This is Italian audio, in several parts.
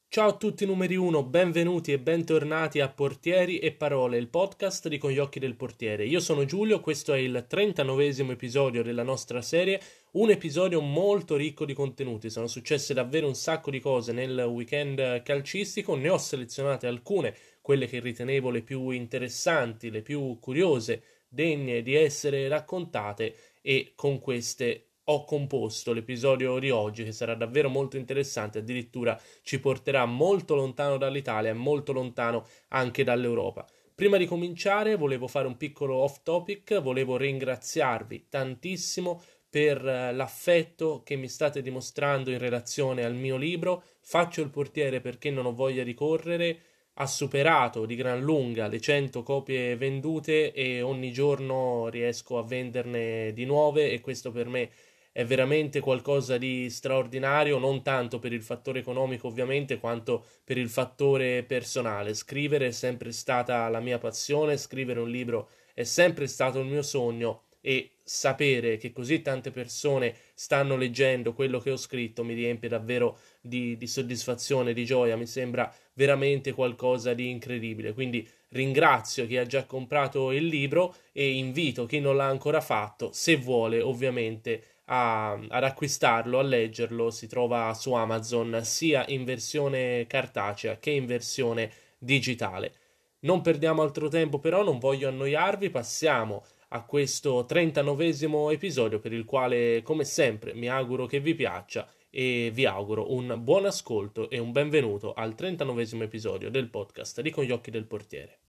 Ciao a tutti numeri 1, benvenuti e bentornati a Portieri e Parole, il podcast di Con gli occhi del portiere. Io sono Giulio, questo è il 39esimo episodio della nostra serie, un episodio molto ricco di contenuti. Sono successe davvero un sacco di cose nel weekend calcistico, ne ho selezionate alcune, quelle che ritenevo le più interessanti, le più curiose, degne di essere raccontate, e con queste ho composto l'episodio di oggi, che sarà davvero molto interessante, addirittura ci porterà molto lontano dall'Italia e molto lontano anche dall'Europa. Prima di cominciare volevo fare un piccolo off topic, volevo ringraziarvi tantissimo per l'affetto che mi state dimostrando in relazione al mio libro. Faccio il portiere perché non ho voglia di correre. Ha superato di gran lunga le 100 copie vendute e ogni giorno riesco a venderne di nuove, e questo per me è veramente qualcosa di straordinario, non tanto per il fattore economico ovviamente, quanto per il fattore personale. Scrivere è sempre stata la mia passione, scrivere un libro è sempre stato il mio sogno, e sapere che così tante persone stanno leggendo quello che ho scritto mi riempie davvero di soddisfazione, di gioia, mi sembra veramente qualcosa di incredibile. Quindi ringrazio chi ha già comprato il libro e invito chi non l'ha ancora fatto, se vuole ovviamente, ad acquistarlo, a leggerlo. Si trova su Amazon sia in versione cartacea che in versione digitale. Non perdiamo altro tempo però, non voglio annoiarvi, passiamo a questo 39esimo episodio, per il quale come sempre mi auguro che vi piaccia, e vi auguro un buon ascolto e un benvenuto al 39esimo episodio del podcast di Con gli occhi del portiere.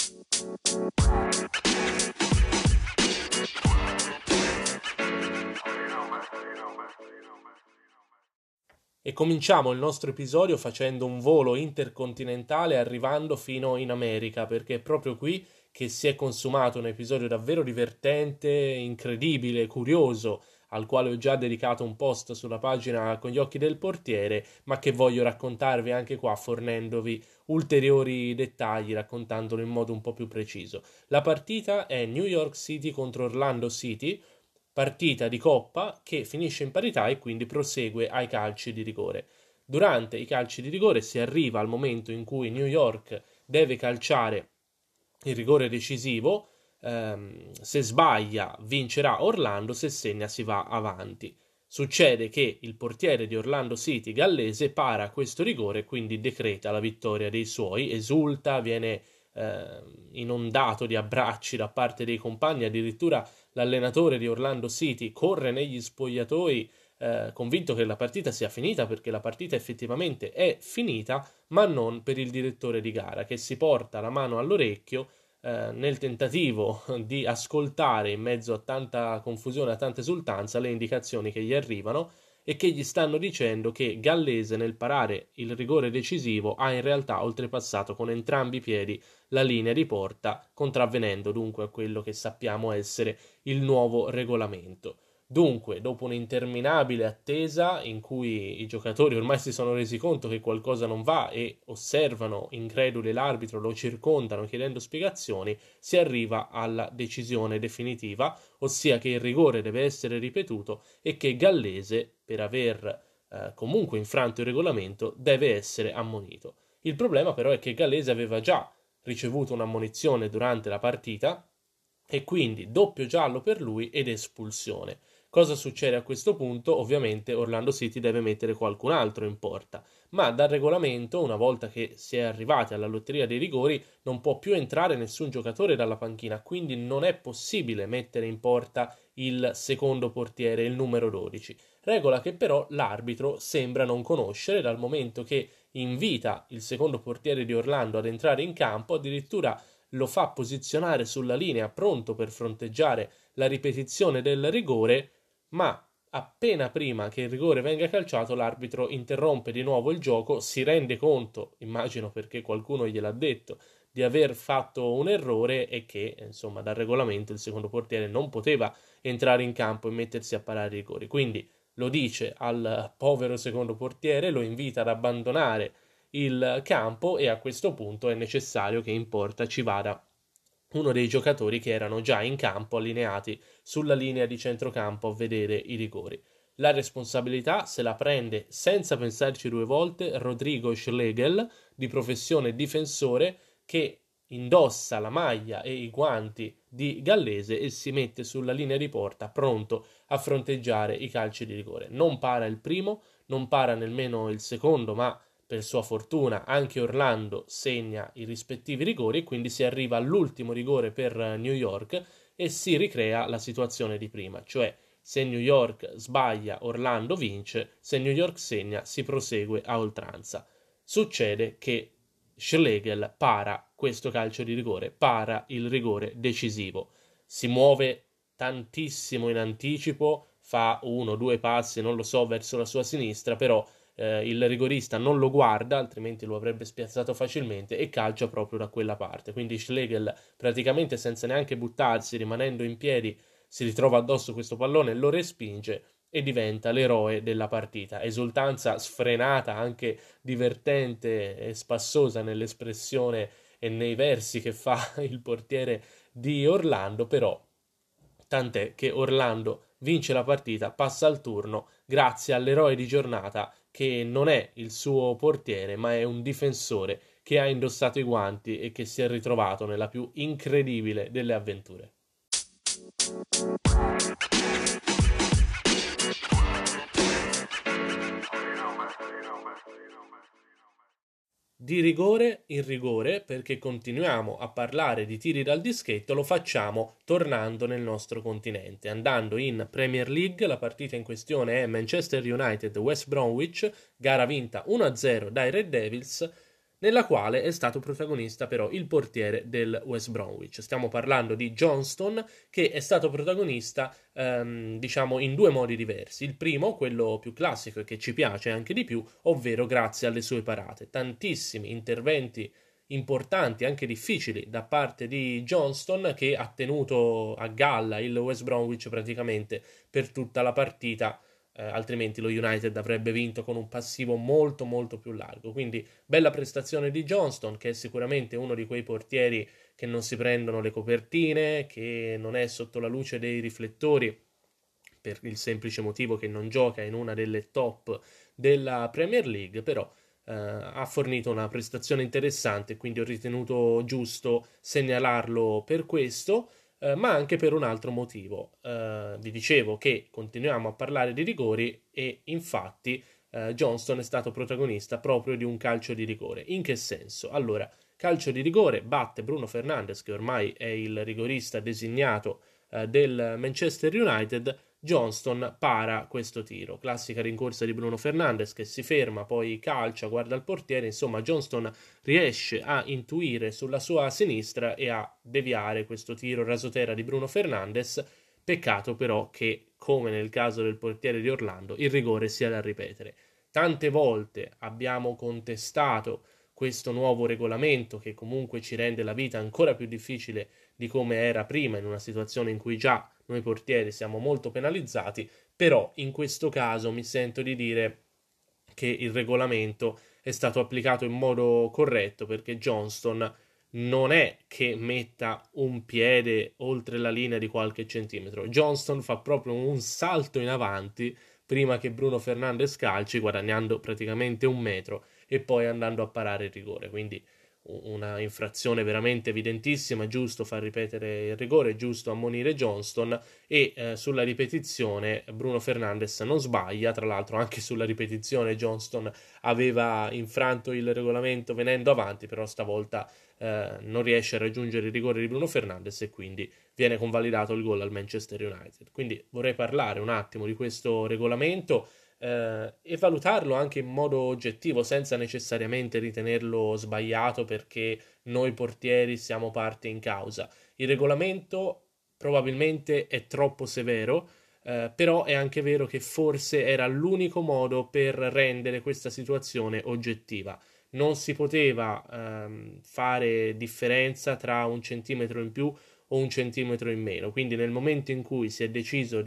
E cominciamo il nostro episodio facendo un volo intercontinentale, arrivando fino in America, perché è proprio qui che si è consumato un episodio davvero divertente, incredibile, curioso, al quale ho già dedicato un post sulla pagina Con gli occhi del portiere, ma che voglio raccontarvi anche qua fornendovi ulteriori dettagli, raccontandolo in modo un po' più preciso. La partita è New York City contro Orlando City, partita di coppa che finisce in parità e quindi prosegue ai calci di rigore. Durante i calci di rigore si arriva al momento in cui New York deve calciare il rigore decisivo. Se sbaglia vincerà Orlando, se segna si va avanti. Succede che il portiere di Orlando City, Gallese, para questo rigore, quindi decreta la vittoria dei suoi, esulta, viene inondato di abbracci da parte dei compagni. Addirittura l'allenatore di Orlando City corre negli spogliatoi, convinto che la partita sia finita, perché la partita effettivamente è finita, ma non per il direttore di gara, che si porta la mano all'orecchio nel tentativo di ascoltare, in mezzo a tanta confusione, a tanta esultanza, le indicazioni che gli arrivano e che gli stanno dicendo che Gallese, nel parare il rigore decisivo, ha in realtà oltrepassato con entrambi i piedi la linea di porta, contravvenendo dunque a quello che sappiamo essere il nuovo regolamento. Dunque, dopo un'interminabile attesa in cui i giocatori ormai si sono resi conto che qualcosa non va e osservano increduli l'arbitro, lo circondano chiedendo spiegazioni, si arriva alla decisione definitiva, ossia che il rigore deve essere ripetuto e che Gallese, per aver comunque infranto il regolamento, deve essere ammonito. Il problema però è che Gallese aveva già ricevuto un'ammonizione durante la partita, e quindi doppio giallo per lui ed espulsione. Cosa succede a questo punto? Ovviamente Orlando City deve mettere qualcun altro in porta, ma dal regolamento, una volta che si è arrivati alla lotteria dei rigori, non può più entrare nessun giocatore dalla panchina, quindi non è possibile mettere in porta il secondo portiere, il numero 12. Regola che però l'arbitro sembra non conoscere, dal momento che invita il secondo portiere di Orlando ad entrare in campo, addirittura lo fa posizionare sulla linea pronto per fronteggiare la ripetizione del rigore, ma appena prima che il rigore venga calciato l'arbitro interrompe di nuovo il gioco, si rende conto, immagino perché qualcuno gliel'ha detto, di aver fatto un errore e che, insomma, dal regolamento il secondo portiere non poteva entrare in campo e mettersi a parare i rigori. Quindi lo dice al povero secondo portiere, lo invita ad abbandonare il campo, e a questo punto è necessario che in porta ci vada uno dei giocatori che erano già in campo allineati sulla linea di centrocampo a vedere i rigori. La responsabilità se la prende senza pensarci due volte Rodrigo Schlegel, di professione difensore, che indossa la maglia e i guanti di gallese e si mette sulla linea di porta pronto a fronteggiare i calci di rigore. Non para il primo, non para nemmeno il secondo, ma per sua fortuna anche Orlando segna i rispettivi rigori e quindi si arriva all'ultimo rigore per New York e si ricrea la situazione di prima, cioè se New York sbaglia Orlando vince, se New York segna si prosegue a oltranza. Succede che Schlegel para questo calcio di rigore, para il rigore decisivo, si muove tantissimo in anticipo, fa uno, due passi, non lo so, verso la sua sinistra, però il rigorista non lo guarda, altrimenti lo avrebbe spiazzato facilmente e calcia proprio da quella parte. Quindi Schlegel praticamente senza neanche buttarsi, rimanendo in piedi, si ritrova addosso questo pallone, lo respinge e diventa l'eroe della partita. Esultanza sfrenata, anche divertente e spassosa nell'espressione e nei versi che fa il portiere di Orlando, però tant'è che Orlando vince la partita, passa al turno grazie all'eroe di giornata che non è il suo portiere, ma è un difensore che ha indossato i guanti e che si è ritrovato nella più incredibile delle avventure. Di rigore in rigore, perché continuiamo a parlare di tiri dal dischetto, lo facciamo tornando nel nostro continente, andando in Premier League. La partita in questione è Manchester United West Bromwich, gara vinta 1-0 dai Red Devils, nella quale è stato protagonista però il portiere del West Bromwich. Stiamo parlando di Johnston, che è stato protagonista diciamo in due modi diversi. Il primo, quello più classico e che ci piace anche di più, ovvero grazie alle sue parate. Tantissimi interventi importanti, anche difficili, da parte di Johnston, che ha tenuto a galla il West Bromwich praticamente per tutta la partita, altrimenti lo United avrebbe vinto con un passivo molto molto più largo. Quindi bella prestazione di Johnston, che è sicuramente uno di quei portieri che non si prendono le copertine, che non è sotto la luce dei riflettori per il semplice motivo che non gioca in una delle top della Premier League, però ha fornito una prestazione interessante, quindi ho ritenuto giusto segnalarlo per questo, ma anche per un altro motivo. Vi dicevo che continuiamo a parlare di rigori e infatti Johnston è stato protagonista proprio di un calcio di rigore. In che senso? Allora, calcio di rigore, batte Bruno Fernandes, che ormai è il rigorista designato del Manchester United. Johnston para questo tiro, classica rincorsa di Bruno Fernandes che si ferma, poi calcia, guarda il portiere, insomma Johnston riesce a intuire sulla sua sinistra e a deviare questo tiro rasoterra di Bruno Fernandes. Peccato però che, come nel caso del portiere di Orlando, il rigore sia da ripetere. Tante volte abbiamo contestato questo nuovo regolamento che comunque ci rende la vita ancora più difficile di come era prima, in una situazione in cui già noi portieri siamo molto penalizzati, però in questo caso mi sento di dire che il regolamento è stato applicato in modo corretto, perché Johnston non è che metta un piede oltre la linea di qualche centimetro. Johnston fa proprio un salto in avanti prima che Bruno Fernandes calci, guadagnando praticamente un metro e poi andando a parare il rigore. Quindi una infrazione veramente evidentissima, giusto far ripetere il rigore, giusto ammonire Johnston e sulla ripetizione Bruno Fernandes non sbaglia. Tra l'altro anche sulla ripetizione Johnston aveva infranto il regolamento venendo avanti, però stavolta non riesce a raggiungere il rigore di Bruno Fernandes e quindi viene convalidato il gol al Manchester United. Quindi vorrei parlare un attimo di questo regolamento e valutarlo anche in modo oggettivo, senza necessariamente ritenerlo sbagliato perché noi portieri siamo parte in causa. Il regolamento probabilmente è troppo severo, però è anche vero che forse era l'unico modo per rendere questa situazione oggettiva. Non si poteva fare differenza tra un centimetro in più o un centimetro in meno, quindi nel momento in cui si è deciso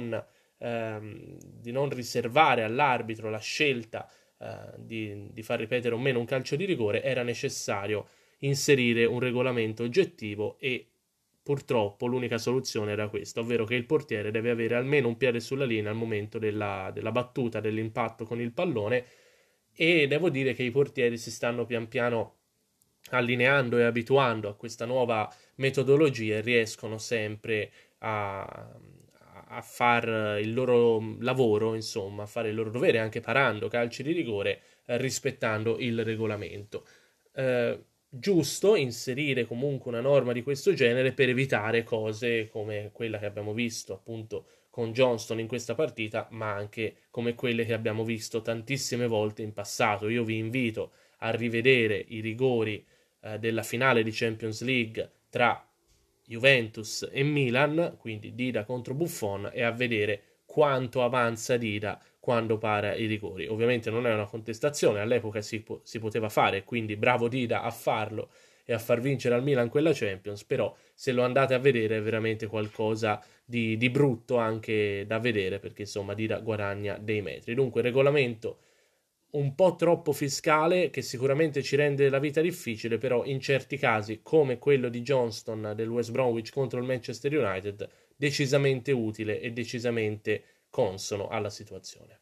di non riservare all'arbitro la scelta di far ripetere o meno un calcio di rigore, era necessario inserire un regolamento oggettivo e purtroppo l'unica soluzione era questa, ovvero che il portiere deve avere almeno un piede sulla linea al momento della battuta, dell'impatto con il pallone, e devo dire che i portieri si stanno pian piano allineando e abituando a questa nuova metodologia e riescono sempre a far il loro lavoro, insomma, a fare il loro dovere anche parando calci di rigore, rispettando il regolamento. Giusto inserire comunque una norma di questo genere per evitare cose come quella che abbiamo visto appunto con Johnston in questa partita, ma anche come quelle che abbiamo visto tantissime volte in passato. Io vi invito a rivedere i rigori della finale di Champions League tra Juventus e Milan, quindi Dida contro Buffon, e a vedere quanto avanza Dida quando para i rigori. Ovviamente non è una contestazione, all'epoca si poteva fare, quindi bravo Dida a farlo e a far vincere al Milan quella Champions, però se lo andate a vedere è veramente qualcosa di brutto anche da vedere, perché insomma Dida guadagna dei metri. Dunque il regolamento un po' troppo fiscale, che sicuramente ci rende la vita difficile, però in certi casi, come quello di Johnston del West Bromwich contro il Manchester United, decisamente utile e decisamente consono alla situazione.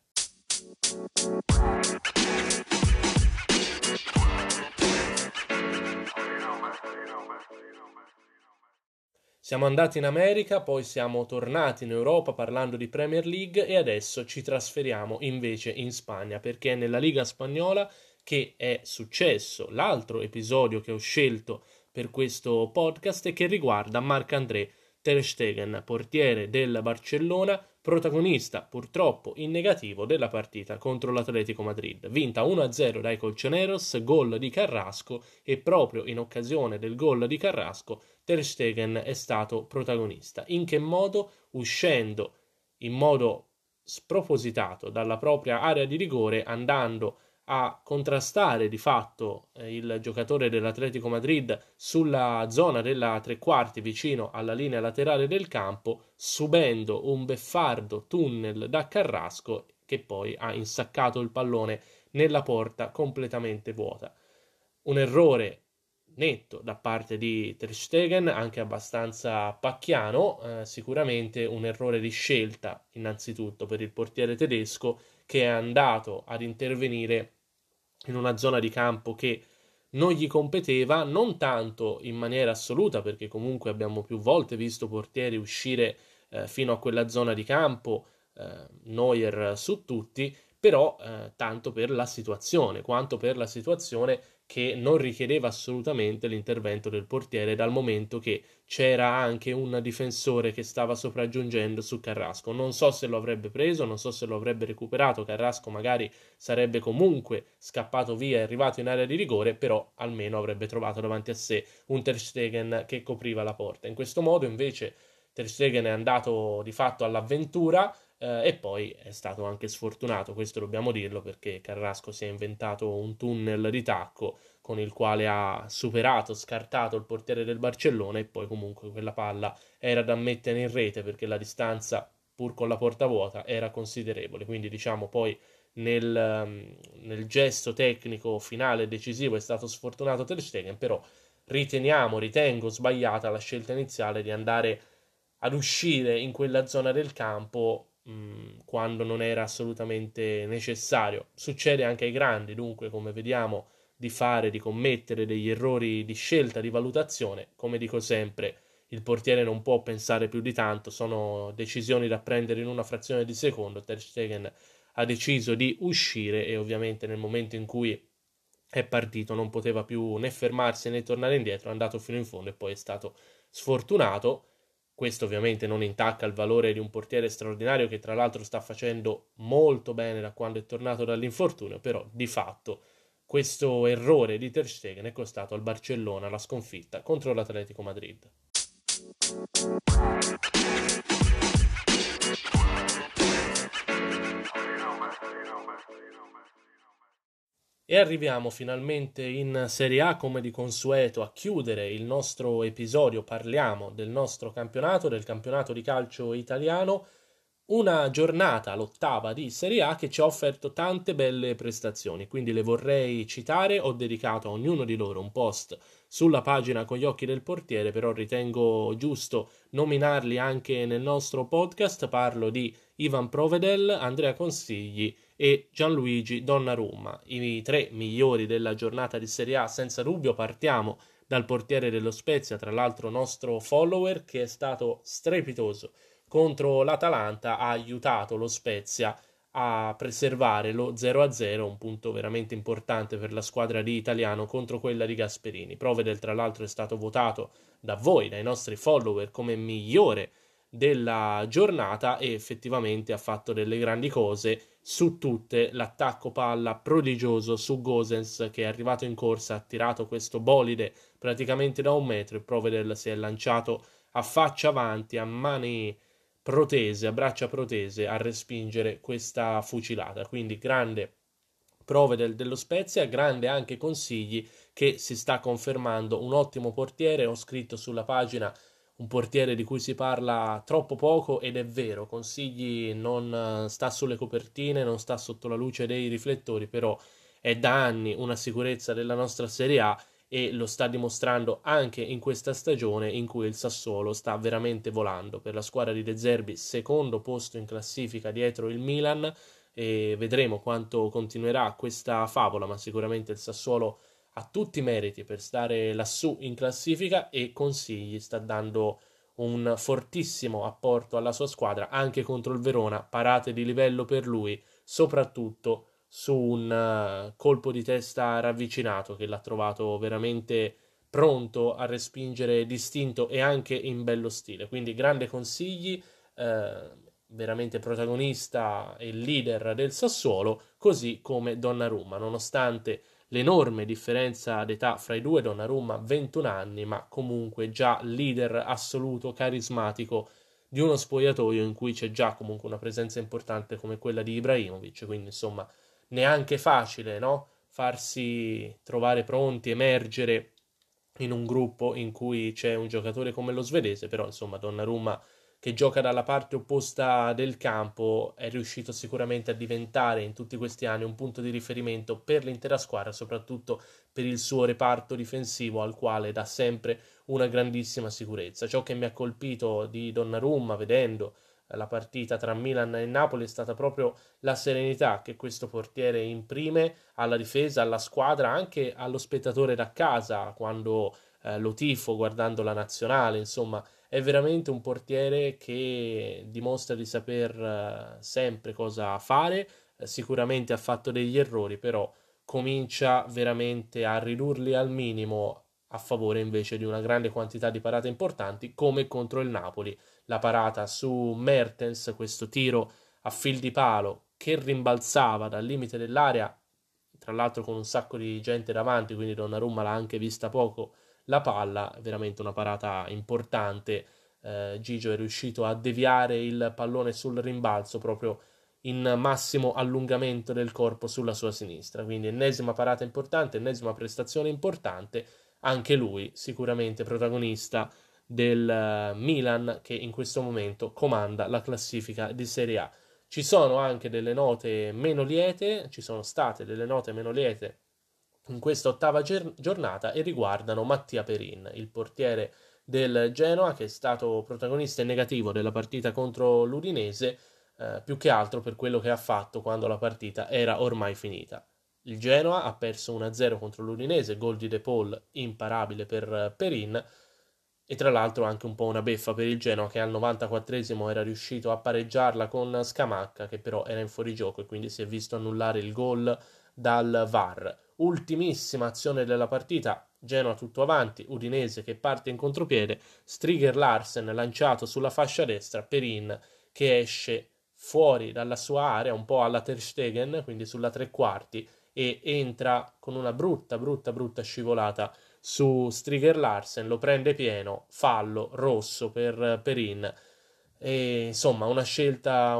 Siamo andati in America, poi siamo tornati in Europa parlando di Premier League e adesso ci trasferiamo invece in Spagna, perché è nella Liga spagnola che è successo l'altro episodio che ho scelto per questo podcast e che riguarda Marc-André Ter Stegen, portiere del Barcellona, protagonista purtroppo in negativo della partita contro l'Atletico Madrid, vinta 1-0 dai Colchoneros, gol di Carrasco, e proprio in occasione del gol di Carrasco Ter Stegen è stato protagonista. In che modo? Uscendo in modo spropositato dalla propria area di rigore, andando a contrastare di fatto il giocatore dell'Atletico Madrid sulla zona della tre quarti vicino alla linea laterale del campo, subendo un beffardo tunnel da Carrasco che poi ha insaccato il pallone nella porta completamente vuota. Un errore netto da parte di Ter Stegen, anche abbastanza pacchiano, sicuramente un errore di scelta innanzitutto per il portiere tedesco, che è andato ad intervenire in una zona di campo che non gli competeva, non tanto in maniera assoluta, perché comunque abbiamo più volte visto portieri uscire fino a quella zona di campo, Neuer su tutti, però tanto per la situazione, quanto per la situazione che non richiedeva assolutamente l'intervento del portiere, dal momento che c'era anche un difensore che stava sopraggiungendo su Carrasco. Non so se lo avrebbe preso, non so se lo avrebbe recuperato, Carrasco magari sarebbe comunque scappato via e arrivato in area di rigore, però almeno avrebbe trovato davanti a sé un Ter Stegen che copriva la porta. In questo modo invece Ter Stegen è andato di fatto all'avventura, e poi è stato anche sfortunato, questo dobbiamo dirlo, perché Carrasco si è inventato un tunnel di tacco con il quale ha superato, scartato il portiere del Barcellona, e poi comunque quella palla era da mettere in rete perché la distanza, pur con la porta vuota, era considerevole. Quindi diciamo poi nel gesto tecnico finale decisivo è stato sfortunato Ter Stegen, però ritengo sbagliata la scelta iniziale di andare ad uscire in quella zona del campo quando non era assolutamente necessario. Succede anche ai grandi, dunque, come vediamo, di commettere degli errori di scelta, di valutazione. Come dico sempre, il portiere non può pensare più di tanto, sono decisioni da prendere in una frazione di secondo. Ter Stegen ha deciso di uscire e ovviamente nel momento in cui è partito non poteva più né fermarsi né tornare indietro, è andato fino in fondo e poi è stato sfortunato. Questo ovviamente non intacca il valore di un portiere straordinario che tra l'altro sta facendo molto bene da quando è tornato dall'infortunio, però di fatto questo errore di Ter Stegen è costato al Barcellona la sconfitta contro l'Atletico Madrid. E arriviamo finalmente in Serie A, come di consueto, a chiudere il nostro episodio. Parliamo del nostro campionato, del campionato di calcio italiano. una giornata, l'8ª di Serie A, che ci ha offerto tante belle prestazioni, quindi le vorrei citare. Ho dedicato a ognuno di loro un post sulla pagina con gli occhi del portiere, però ritengo giusto nominarli anche nel nostro podcast. Parlo di Ivan Provedel, Andrea Consigli e Gianluigi Donnarumma, i tre migliori della giornata di Serie A senza dubbio. Partiamo dal portiere dello Spezia, tra l'altro nostro follower, che è stato strepitoso contro l'Atalanta, ha aiutato lo Spezia a preservare lo 0-0, un punto veramente importante per la squadra di Italiano contro quella di Gasperini. Provedel, tra l'altro, è stato votato da voi, dai nostri follower, come migliore della giornata e effettivamente ha fatto delle grandi cose su tutte. L'attacco palla prodigioso su Gosens, che è arrivato in corsa, ha tirato questo bolide praticamente da 1 metro e Provedel si è lanciato a faccia avanti, a mani protese, a braccia protese, a respingere questa fucilata. Quindi grande prove dello Spezia, grande anche Consigli, che si sta confermando un ottimo portiere. Ho scritto sulla pagina un portiere di cui si parla troppo poco, ed è vero. Consigli non sta sulle copertine, non sta sotto la luce dei riflettori, però è da anni una sicurezza della nostra Serie A e lo sta dimostrando anche in questa stagione in cui il Sassuolo sta veramente volando. Per la squadra di De Zerbi, secondo posto in classifica dietro il Milan, e vedremo quanto continuerà questa favola, ma sicuramente il Sassuolo ha tutti i meriti per stare lassù in classifica, e Consigli sta dando un fortissimo apporto alla sua squadra anche contro il Verona. Parate di livello per lui, soprattutto su un colpo di testa ravvicinato che l'ha trovato veramente pronto a respingere distinto e anche in bello stile. Quindi grande Consigli, veramente protagonista e leader del Sassuolo, così come Donnarumma, nonostante l'enorme differenza d'età fra i due. Donnarumma 21 anni, ma comunque già leader assoluto, carismatico di uno spogliatoio in cui c'è già comunque una presenza importante come quella di Ibrahimovic. Quindi insomma neanche facile, no? Farsi trovare pronti, emergere in un gruppo in cui c'è un giocatore come lo svedese. Però insomma Donnarumma, che gioca dalla parte opposta del campo, è riuscito sicuramente a diventare in tutti questi anni un punto di riferimento per l'intera squadra, soprattutto per il suo reparto difensivo, al quale dà sempre una grandissima sicurezza. Ciò che mi ha colpito di Donnarumma vedendo la partita tra Milan e Napoli è stata proprio la serenità che questo portiere imprime alla difesa, alla squadra, anche allo spettatore da casa quando lo tifo guardando la nazionale. Insomma, è veramente un portiere che dimostra di saper sempre cosa fare. Sicuramente ha fatto degli errori, però comincia veramente a ridurli al minimo, a favore invece di una grande quantità di parate importanti, come contro il Napoli. La parata su Mertens, questo tiro a fil di palo che rimbalzava dal limite dell'area, tra l'altro con un sacco di gente davanti, quindi Donnarumma l'ha anche vista poco la palla. Veramente una parata importante. Gigio è riuscito a deviare il pallone sul rimbalzo proprio in massimo allungamento del corpo sulla sua sinistra. Quindi ennesima parata importante, ennesima prestazione importante. Anche lui sicuramente protagonista del Milan, che in questo momento comanda la classifica di Serie A. Ci sono anche delle note meno liete, ci sono state delle note meno liete in questa 8ª giornata, e riguardano Mattia Perin, il portiere del Genoa, che è stato protagonista in negativo della partita contro l'Udinese, più che altro per quello che ha fatto quando la partita era ormai finita. Il Genoa ha perso 1-0 contro l'Udinese, gol di De Paul imparabile per Perin, e tra l'altro anche un po' una beffa per il Genoa, che al 94esimo era riuscito a pareggiarla con Scamacca, che però era in fuorigioco, e quindi si è visto annullare il gol dal VAR. Ultimissima azione della partita, Genoa tutto avanti, Udinese che parte in contropiede, Striger Larsen lanciato sulla fascia destra, Perin che esce fuori dalla sua area, un po' alla Ter Stegen, quindi sulla tre quarti, e entra con una brutta scivolata su Striger Larsen, lo prende pieno, fallo rosso per Perin. E insomma una scelta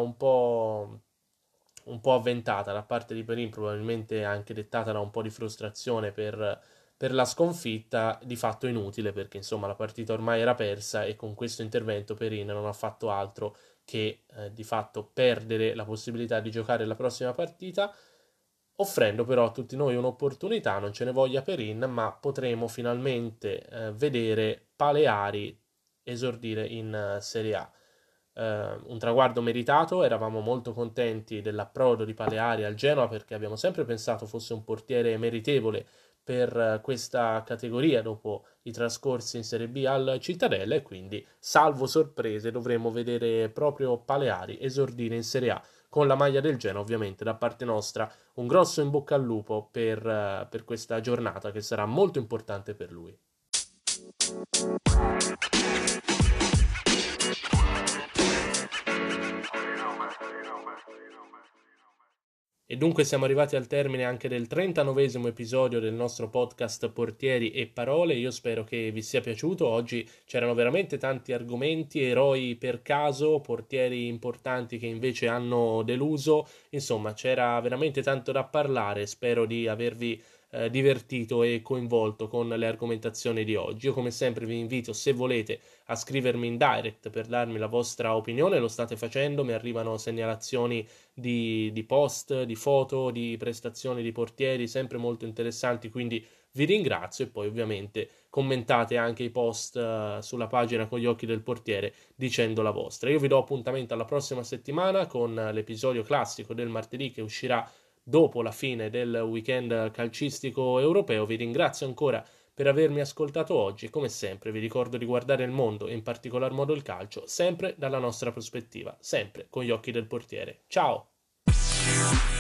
un po' avventata da parte di Perin, probabilmente anche dettata da un po' di frustrazione per la sconfitta, di fatto inutile, perché insomma la partita ormai era persa, e con questo intervento Perin non ha fatto altro che di fatto perdere la possibilità di giocare la prossima partita, offrendo però a tutti noi un'opportunità, non ce ne voglia Perin, ma potremo finalmente vedere Paleari esordire in Serie A. Un traguardo meritato, eravamo molto contenti dell'approdo di Paleari al Genoa perché abbiamo sempre pensato fosse un portiere meritevole per questa categoria dopo i trascorsi in Serie B al Cittadella, e quindi, salvo sorprese, dovremo vedere proprio Paleari esordire in Serie A con la maglia del Genoa. Ovviamente da parte nostra un grosso in bocca al lupo per questa giornata che sarà molto importante per lui. E dunque siamo arrivati al termine anche del 39esimo episodio del nostro podcast Portieri e Parole. Io spero che vi sia piaciuto. Oggi c'erano veramente tanti argomenti, eroi per caso, portieri importanti che invece hanno deluso. Insomma, c'era veramente tanto da parlare. Spero di avervi divertito e coinvolto con le argomentazioni di oggi. Io come sempre vi invito, se volete, a scrivermi in direct per darmi la vostra opinione. Lo state facendo, mi arrivano segnalazioni di post, di foto, di prestazioni di portieri sempre molto interessanti, quindi vi ringrazio. E poi ovviamente commentate anche i post sulla pagina con gli occhi del portiere dicendo la vostra. Io vi do appuntamento alla prossima settimana con l'episodio classico del martedì che uscirà dopo la fine del weekend calcistico europeo. Vi ringrazio ancora per avermi ascoltato oggi e come sempre vi ricordo di guardare il mondo e in particolar modo il calcio sempre dalla nostra prospettiva, sempre con gli occhi del portiere. Ciao!